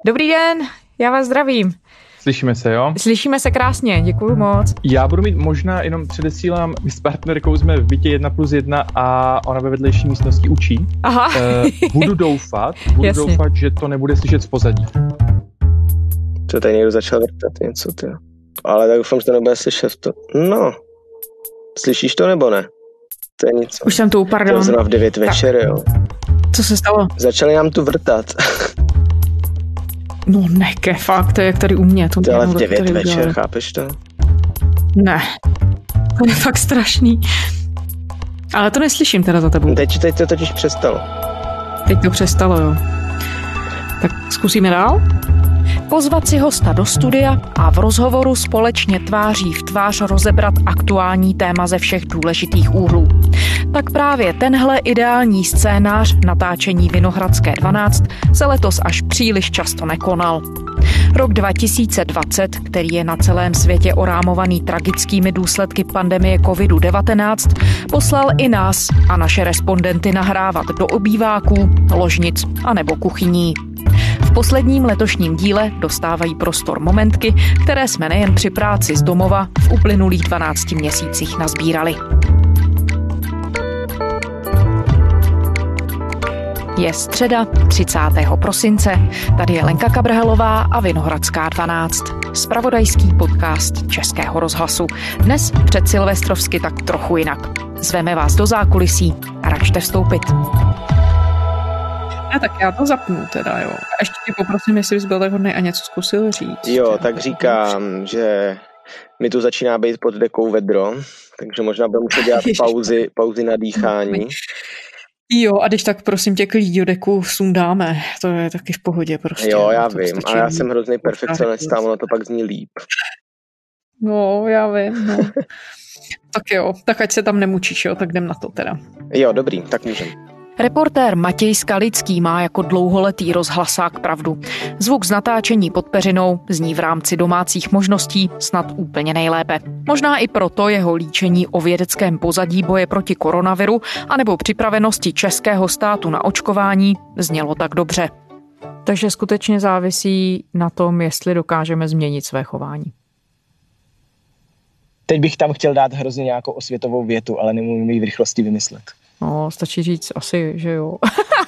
Dobrý den, já vás zdravím. Slyšíme se, jo? Slyšíme se krásně, děkuju moc. Já budu mít možná, jenom předesílám, my s partnerkou jsme v bytě 1+1 a ona ve vedlejší místnosti učí. Aha. Budu doufat, že to nebude slyšet z pozadí. Co tady někdo začal vrtat něco, ty. Ale tak doufám, že to nebude slyšet to. No, slyšíš to nebo ne? To je nic. Už jsem tu, pardon. To je zrovna v 9 večer, jo. Co se stalo? Začali nám tu vrtat. No neke, fakt, to je jak tady u mě. To je ale v 9 večer, chápeš to? Ne, to je fakt strašný. Ale to neslyším teda za tebou. Teď to totiž přestalo. Teď to přestalo, jo. Tak zkusíme dál? Pozvat si hosta do studia a v rozhovoru společně tváří v tvář rozebrat aktuální téma ze všech důležitých úhlů. Tak právě tenhle ideální scénář natáčení Vinohradské 12 se letos až příliš často nekonal. Rok 2020, který je na celém světě orámovaný tragickými důsledky pandemie COVID-19, poslal i nás a naše respondenty nahrávat do obýváků, ložnic a nebo kuchyní. V posledním letošním díle dostávají prostor momentky, které jsme nejen při práci z domova v uplynulých 12 měsících nazbírali. Je středa 30. prosince. Tady je Lenka Kabrhelová a Vinohradská 12. Zpravodajský podcast Českého rozhlasu. Dnes předsilvestrovsky tak trochu jinak. Zveme vás do zákulisí a račte vstoupit. Tak já to zapnu teda, jo. A ještě tě poprosím, jestli bys byl tak hodnej a něco zkusil říct. Jo, tak říkám, že mi tu začíná být pod dekou vedro, takže možná budeme muset dělat pauzy na dýchání. Jo, a když tak prosím tě klidí do deku sundáme, to je taky v pohodě prostě. Jo, já vím, ale já jsem hrozný perfekcionista, ono to pak zní líp. No, já vím, no. Tak jo, tak ať se tam nemučíš, jo, tak jdem na to teda. Jo, dobrý, tak můžem. Reportér Matěj Skalický má jako dlouholetý rozhlasák pravdu. Zvuk z natáčení pod peřinou zní v rámci domácích možností snad úplně nejlépe. Možná i proto jeho líčení o vědeckém pozadí boje proti koronaviru anebo připravenosti českého státu na očkování znělo tak dobře. Takže skutečně závisí na tom, jestli dokážeme změnit své chování. Teď bych tam chtěl dát hrozně nějakou osvětovou větu, ale nemůžu ji v rychlosti vymyslet. No, stačí říct asi, že jo.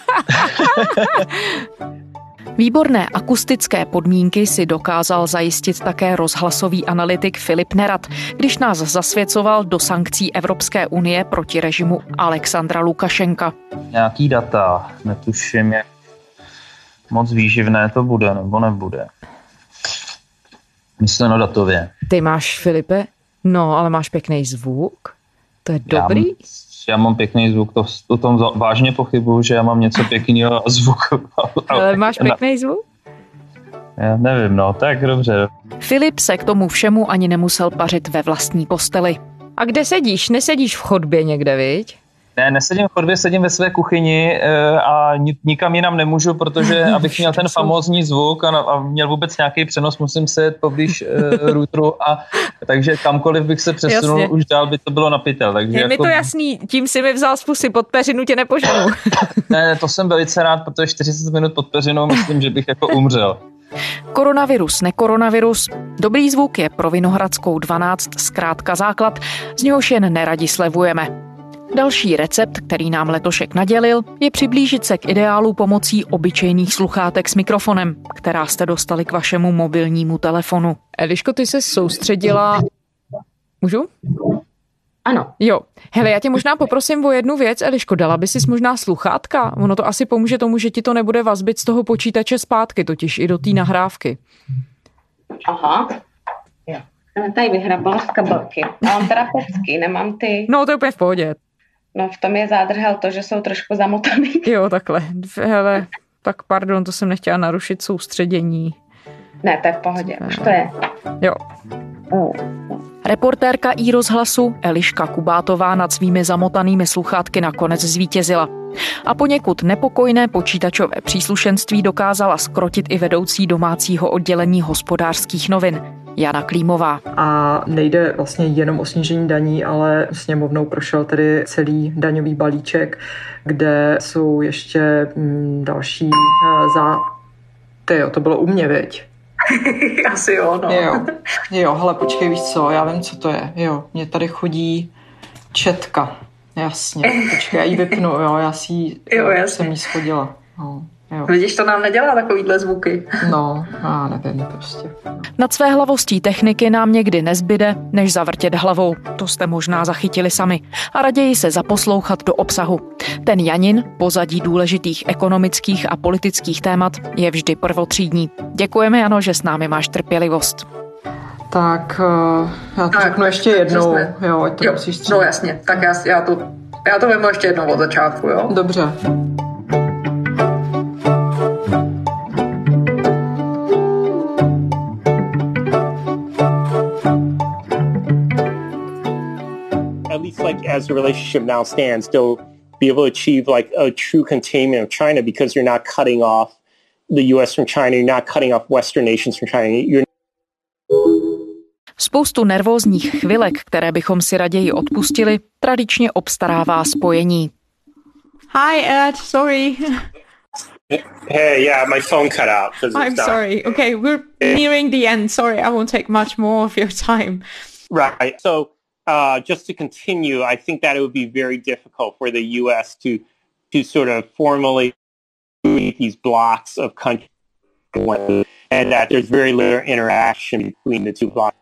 Výborné akustické podmínky si dokázal zajistit také rozhlasový analytik Filip Nerat, když nás zasvěcoval do sankcí Evropské unie proti režimu Alexandra Lukašenka. Nějaký data, netuším, jak moc výživné to bude nebo nebude. Myšleno datově. Ty máš, Filipe? No, ale máš pěkný zvuk. To je dobrý. Já mám pěkný zvuk, to tom vážně pochybuju, že já mám něco pěkného a zvuk. Ale máš pěkný zvuk? Já nevím, no, tak dobře. Filip se k tomu všemu ani nemusel pařit ve vlastní posteli. A kde sedíš? Nesedíš v chodbě někde, viď? Ne, nesedím v chodbě, sedím ve své kuchyni a nikam jinam nemůžu, protože abych měl ten famózní zvuk a měl vůbec nějaký přenos, musím sedět poblíž routeru a takže kamkoliv bych se přesunul, jasně. Už dál by to bylo na pytel. Takže je mi to jasný, tím si mi vzal z pusy, pod peřinu tě nepoženu. Ne, to jsem velice rád, protože 40 minut pod peřinou myslím, že bych jako umřel. Koronavirus, nekoronavirus. Dobrý zvuk je pro Vinohradskou 12 zkrátka základ, z něhož jen neradi slevujeme. Další recept, který nám Letošek nadělil, je přiblížit se k ideálu pomocí obyčejných sluchátek s mikrofonem, která jste dostali k vašemu mobilnímu telefonu. Eliško, ty se soustředila... Můžu? Ano. Jo. Hele, já tě možná poprosím o jednu věc, Eliško, dala by sis možná sluchátka? Ono to asi pomůže tomu, že ti to nebude vazbit z toho počítače zpátky, totiž i do té nahrávky. Aha. Jo. Jsem tady vyhrabala z kabelky. Mám teda pecky, nemám ty... No, to je úplně v pohodě. No, v tom je zádrhel to, že jsou trošku zamotaný. Jo, takhle. Hele, tak pardon, to jsem nechtěla narušit soustředění. Ne, to je v pohodě, už to je. Jo. Reportérka iRozhlasu Eliška Kubátová nad svými zamotanými sluchátky nakonec zvítězila. A poněkud nepokojné počítačové příslušenství dokázala zkrotit i vedoucí domácího oddělení Hospodářských novin Jana Klímová. A nejde vlastně jenom o snížení daní, ale sněmovnou prošel tedy celý daňový balíček, kde jsou ještě další Tyjo, to bylo u mě, viď? Asi jo, no. Jo, hele, počkej, víš co, já vím, co to je. Jo, mě tady chodí četka. Jasně, počkej, já ji vypnu, jo, já si ji, jsem jí schodila. No, jo. Vidíš, to nám nedělá takovýhle zvuky. No, já nevím, prostě. Nad své hlavostí techniky nám někdy nezbyde, než zavrtět hlavou. To jste možná zachytili sami. A raději se zaposlouchat do obsahu. Ten Janin, pozadí důležitých ekonomických a politických témat, je vždy prvotřídní. Děkujeme, Jano, že s námi máš trpělivost. Tak, já to řeknu ještě jednou. Jo, ať to musíš střílet. No jasně, tak já to vemu ještě jednou od začátku, jo? Dobře. At least like as the relationship now stands, they'll be able to achieve like a true containment of China because you're not cutting off the US from China, you're not cutting off Western nations from China. Spoustu nervózních chvilek, které bychom si raději odpustili, tradičně obstarává spojení. Hi Ed, sorry. Hey, yeah, my phone cut out. I'm sorry. Okay, we're nearing the end. Sorry, I won't take much more of your time. Right. So just to continue, I think that it would be very difficult for the U.S. to sort of formally create these blocks of countries and that there's very little interaction between the two blocks.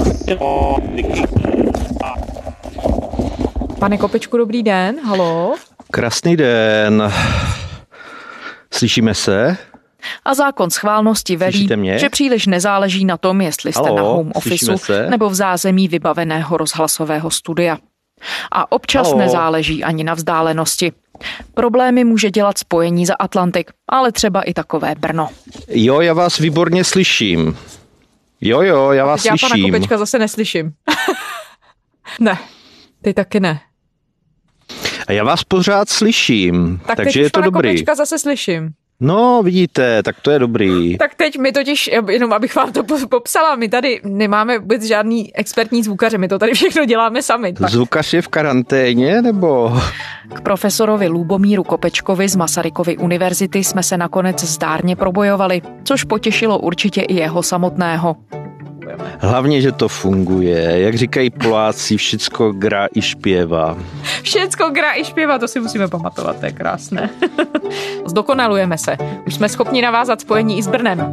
Pane Kopečku, dobrý den, halo. Krásný den. Slyšíme se? A zákon schválnosti velí, že příliš nezáleží na tom, jestli jste na home officeu nebo v zázemí vybaveného rozhlasového studia. A občas nezáleží ani na vzdálenosti. Problémy může dělat spojení za Atlantik, ale třeba i takové Brno. Jo, já vás výborně slyším. Jo, já vás slyším. Já pana Kopečka zase neslyším. Ne, ty taky ne. A já vás pořád slyším, takže je to dobrý. Tak teď Kopečka zase slyším. No, vidíte, tak to je dobrý. Tak teď my totiž, jenom abych vám to popsala, my tady nemáme vůbec žádný expertní zvukaře, my to tady všechno děláme sami. Tak. Zvukař je v karanténě, nebo? K profesorovi Lubomíru Kopečkovi z Masarykovy univerzity jsme se nakonec zdárně probojovali, což potěšilo určitě i jeho samotného. Hlavně, že to funguje. Jak říkají Poláci, všecko gra i špěva. Všecko gra i špěva, to si musíme pamatovat, to je krásné. Zdokonalujeme se. Už jsme schopni navázat spojení i s Brnem.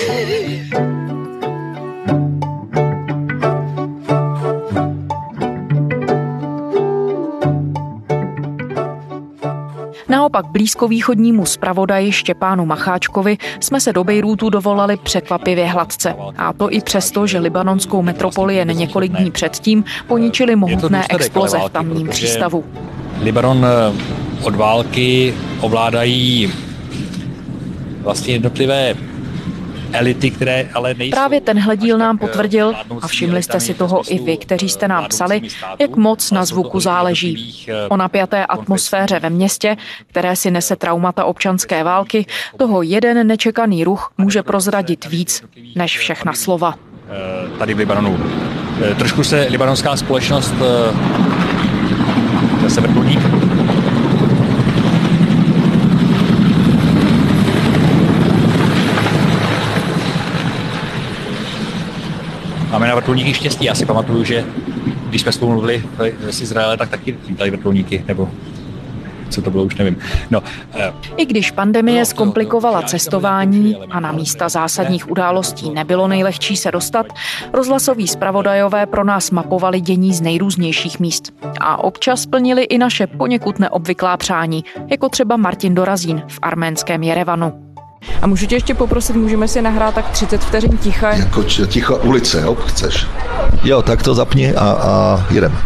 Naopak blízkovýchodnímu zpravodaji Štěpánu Macháčkovi jsme se do Bejrútu dovolali překvapivě hladce. A to i přesto, že libanonskou metropoli jen několik dní předtím poničily mohutné exploze v tamním přístavu. Libanon od války ovládají vlastně jednotlivé elity, které ale nejsou... Právě tenhle díl nám potvrdil, a všimli jste si toho i vy, kteří jste nám psali, jak moc na zvuku záleží. O napjaté atmosféře ve městě, které si nese traumata občanské války, toho jeden nečekaný ruch může prozradit víc než všechna slova. Tady v Libanonu. Trošku se libanonská společnost severní. Máme na vrtulníky štěstí. Já si pamatuju, že když jsme spolu mluvili z Izraele, tak taky lítali vrtulníky, nebo co to bylo, už nevím. No, I když pandemie zkomplikovala cestování a na místa zásadních událostí nebylo nejlehčí se dostat, rozhlasoví zpravodajové pro nás mapovali dění z nejrůznějších míst. A občas plnili i naše poněkud neobvyklá přání, jako třeba Martin Dorazín v arménském Jerevanu. A můžu tě ještě poprosit, můžeme si nahrát tak 30 vteřin ticha? Jako ticha ulice, jo, chceš? Jo, tak to zapni a jedeme.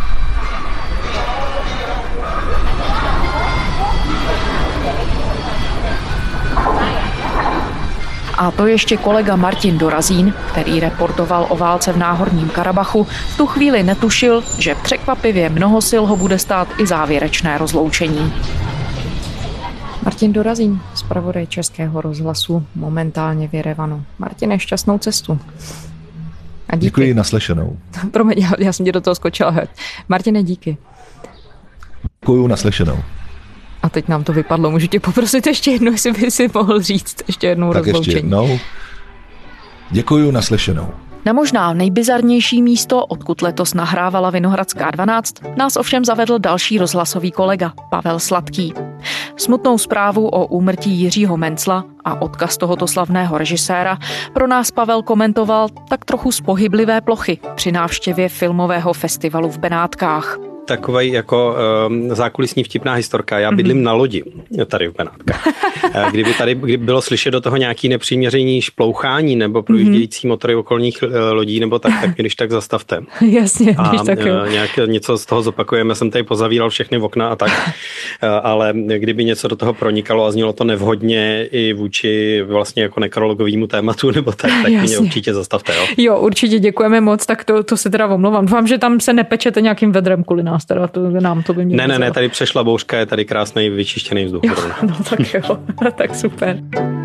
A to ještě kolega Martin Dorazín, který reportoval o válce v Náhorním Karabachu, v tu chvíli netušil, že překvapivě mnoho sil ho bude stát i závěrečné rozloučení. Martin Dorazín, zpravodaj Českého rozhlasu, momentálně v Jerevanu. Martine, šťastnou cestu. A díky. Děkuji, naslyšenou. Promiň, já jsem tě do toho skočila. Martine, díky. Děkuji, naslyšenou. A teď nám to vypadlo. Můžu tě poprosit ještě jednou, jestli by si mohl říct ještě jednou rozloučení. Tak ještě jednou. Děkuju, naslyšenou. Na možná nejbizarnější místo, odkud letos nahrávala Vinohradská 12, nás ovšem zavedl další rozhlasový kolega, Pavel Sladký. Smutnou zprávu o úmrtí Jiřího Mencla a odkaz tohoto slavného režiséra pro nás Pavel komentoval tak trochu z pohyblivé plochy při návštěvě filmového festivalu v Benátkách. Takovej jako zákulisní vtipná historka. Já bydlím na lodi tady v Benátkách. Kdyby bylo slyšet do toho nějaký nepřiměřený šplouchání nebo projíždějící motory okolních lodí, nebo tak když tak zastavte. Jasně, a tak jo. něco z toho zopakujeme. Jsem tady pozavíral všechny okna a tak. Ale kdyby něco do toho pronikalo a znělo to nevhodně i vůči vlastně jako nekrologovému tématu, nebo tak mě určitě zastavte. Jo, určitě děkujeme moc, tak to se teda omlouvám. Doufám, že tam se nepečete nějakým vedrem kvůli nás. Teda to by mě ne, tady přešla bouřka, je tady krásný vyčištěný vzduch. Jo, no tak jo, tak super.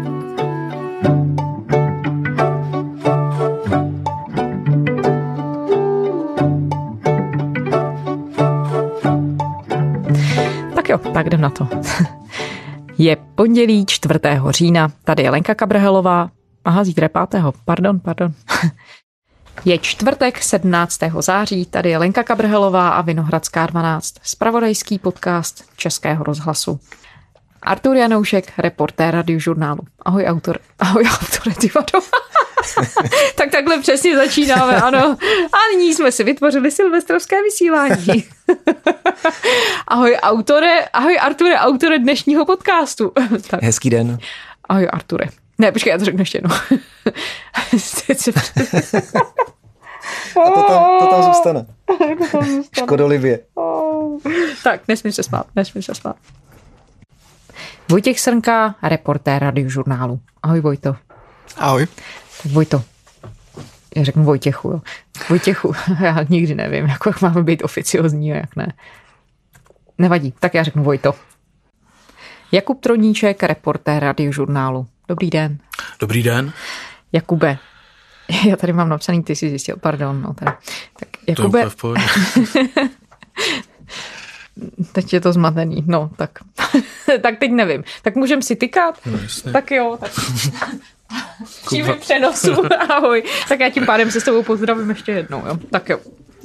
Tak jo, tak jdem na to. Je pondělí 4. října, tady je Lenka Kabrhelová. Aha, zítra 5. Pardon. Je čtvrtek 17. září, tady je Lenka Kabrhelová a Vinohradská 12, zpravodajský podcast Českého rozhlasu. Artur Janoušek, reportér Radiožurnálu. Ahoj autore, ty vado. Tak takhle přesně začínáme, ano. A nyní jsme si vytvořili silvestrovské vysílání. Ahoj Arture, autore dnešního podcastu. Tak. Hezký den. Ahoj Arture. Ne, počkej, já to řeknu ještě jednou. A to tam zůstane. Škodolivě. Tak, nesmím se smát. Vojtěch Srnka, reportér Radiožurnálu. Ahoj Vojto. Ahoj. Tak Vojto. Já řeknu Vojtěchu, jo. Vojtěchu, já nikdy nevím, jak máme být oficiozní a jak ne. Nevadí, tak já řeknu Vojto. Jakub Troníček, reportér Radiožurnálu. Dobrý den. Dobrý den. Jakube, já tady mám napsaný, ty jsi zjistil, pardon. No tady. Tak Jakube, to je v pohodě. Teď je to zmatený, no tak. Tak teď nevím. Tak můžeme si tykat? No, jasně. Tak jo, tak. Přímý přenosu, ahoj. Tak já tím pádem se s tebou pozdravím ještě jednou, jo. Tak jo.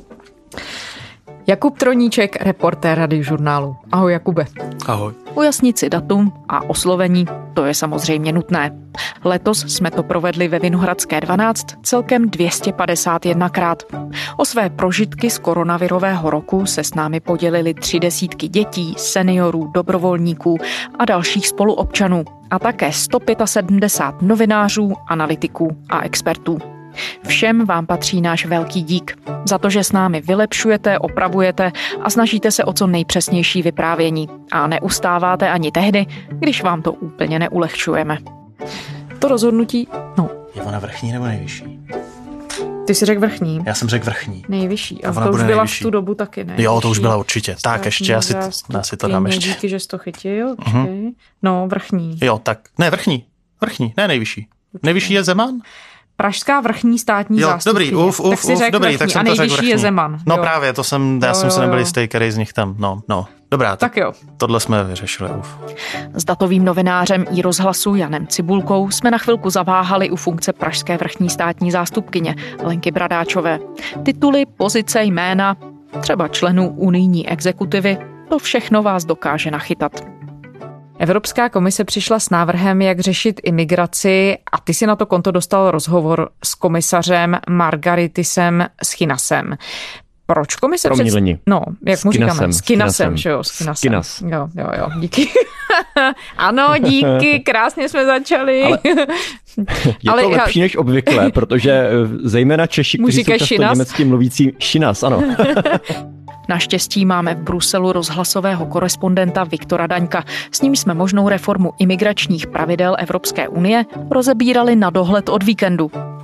Jakub Troníček, reportér Radiožurnálu. Ahoj Jakube. Ahoj. Ujasnit si datum a oslovení, to je samozřejmě nutné. Letos jsme to provedli ve Vinohradské 12 celkem 251krát. O své prožitky z koronavirového roku se s námi podělili 30 dětí, seniorů, dobrovolníků a dalších spoluobčanů a také 175 novinářů, analytiků a expertů. Všem vám patří náš velký dík za to, že s námi vylepšujete, opravujete a snažíte se o co nejpřesnější vyprávění a neustáváte ani tehdy, když vám to úplně neulehčujeme. To rozhodnutí, no. Je ona vrchní nebo nejvyšší? Ty jsi řekl vrchní. Já jsem řekl vrchní. Nejvyšší. A to už byla nejvyšší. V tu dobu taky, ne? Jo, to už byla určitě. Tak ještě, já si to dám ještě. Díky, že jsi to chytil. No, vrchní. Jo, tak. Ne, vrchní. Vrchní, ne nejvyšší. Nejvyšší je Zeman? Pražská vrchní státní zástupkyně. Dobrý, dobrý, tak jsem to řekl vrchní. Je Zeman. No jo. Právě, já jsem se nebyl jistý, který z nich tam, no. Dobrá, tak jo. Tohle jsme vyřešili, S datovým novinářem iRozhlasu Janem Cibulkou jsme na chvilku zaváhali u funkce pražské vrchní státní zástupkyně Lenky Bradáčové. Tituly, pozice, jména, třeba členů unijní exekutivy, to všechno vás dokáže nachytat. Evropská komise přišla s návrhem, jak řešit imigraci a ty si na to konto dostal rozhovor s komisařem Margaritisem Schinasem. Proč komise No, jak mu říkáme? Skinasem, že jo? Skinas. Jo, díky. Ano, díky, krásně jsme začali. Ale je to lepší než obvykle, protože zejména Češi, kteří jsou často německy mluvící, Šinas, ano. Naštěstí máme v Bruselu rozhlasového korespondenta Viktora Daňka. S ním jsme možnou reformu imigračních pravidel Evropské unie rozebírali na dohled od víkendu.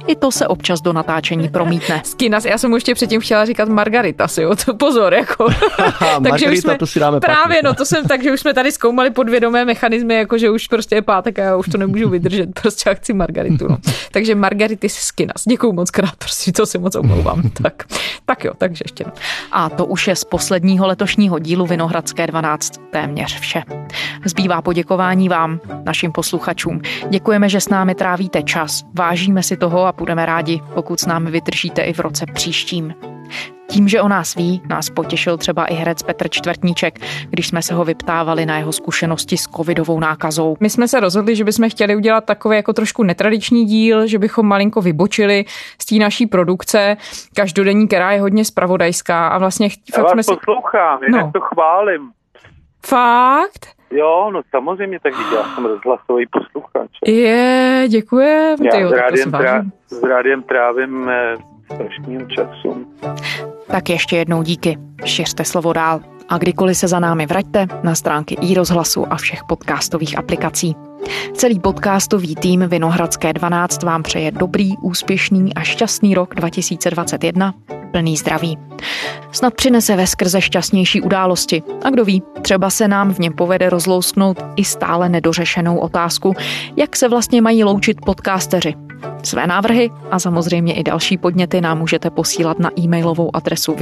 I to se občas do natáčení promítne. Skinas, já jsem mu ještě předtím chtěla říkat Margaritas, jo, to pozor, jako. Takže jsme, to si dáme právě, pak, no to jsem tak, že už jsme tady zkoumali podvědomé mechanismy, jako že už prostě je pátek a já už to nemůžu vydržet, prostě já chci Margaritu, no. Takže Margaritis Skinas, děkuju moc krát, prostě to se moc omlouvám. Tak jo, takže ještě no. A to už je z posledního letošního dílu Vinohradské 12 téměř vše. Zbývá poděkování vám, našim posluchačům. Děkujeme, že s námi trávíte čas, vážíme si toho a budeme rádi, pokud s námi vydržíte i v roce příštím. Tím, že o nás ví, nás potěšil třeba i herec Petr Čtvrtníček, když jsme se ho vyptávali na jeho zkušenosti s covidovou nákazou. My jsme se rozhodli, že bychom chtěli udělat takový jako trošku netradiční díl, že bychom malinko vybočili z té naší produkce každodenní, která je hodně zpravodajská a vlastně já vás poslouchám, jinak to chválím. Fakt? Jo, no samozřejmě, tak já jsem rozhlasový posluchač. Děkujeme. Já s rádiem trávím strašným času. Tak ještě jednou díky. Šiřte slovo dál. A kdykoliv se za námi vraťte na stránky iRozhlasu a všech podcastových aplikací. Celý podcastový tým Vinohradské 12 vám přeje dobrý, úspěšný a šťastný rok 2021, plný zdraví. Snad přinese veskrze šťastnější události a kdo ví, třeba se nám v něm povede rozlousknout i stále nedořešenou otázku, jak se vlastně mají loučit podcasteři. Své návrhy a samozřejmě i další podněty nám můžete posílat na e-mailovou adresu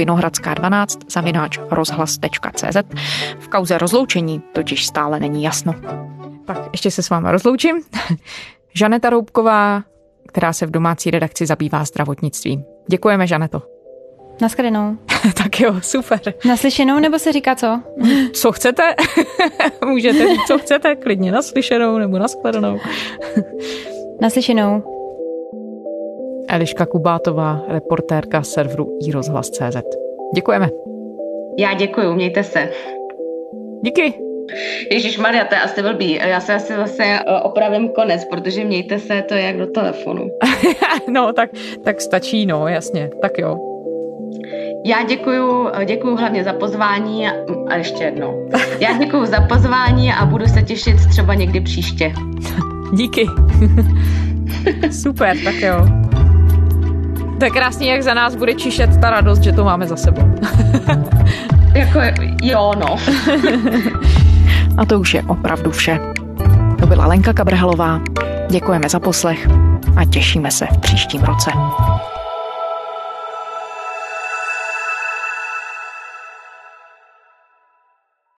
vinohradská12@rozhlas.cz. V kauze rozloučení totiž stále není jasno. Tak ještě se s váma rozloučím. Žaneta Roubková, která se v domácí redakci zabývá zdravotnictvím. Děkujeme, Žaneto. Naschledanou. Tak jo, super. Naslyšenou, nebo se říká co? Co chcete? Můžete říct, co chcete, klidně naslyšenou nebo naschledanou. Naslyšenou. Eliška Kubátová, reportérka serveru iRozhlas.cz. Děkujeme. Já děkuju, mějte se. Díky. Ježišmarja, to je asi blbý. Já se asi zase opravím konec, protože mějte se, to je jak do telefonu. No, tak stačí, no, jasně. Tak jo. Já děkuju hlavně za pozvání a ještě jednou. Já děkuju za pozvání a budu se těšit třeba někdy příště. Díky. Super, tak jo. To je krásný, jak za nás bude čišet ta radost, že to máme za sebou. Jako jo, no. A to už je opravdu vše. To byla Lenka Kabrhelová. Děkujeme za poslech a těšíme se v příštím roce.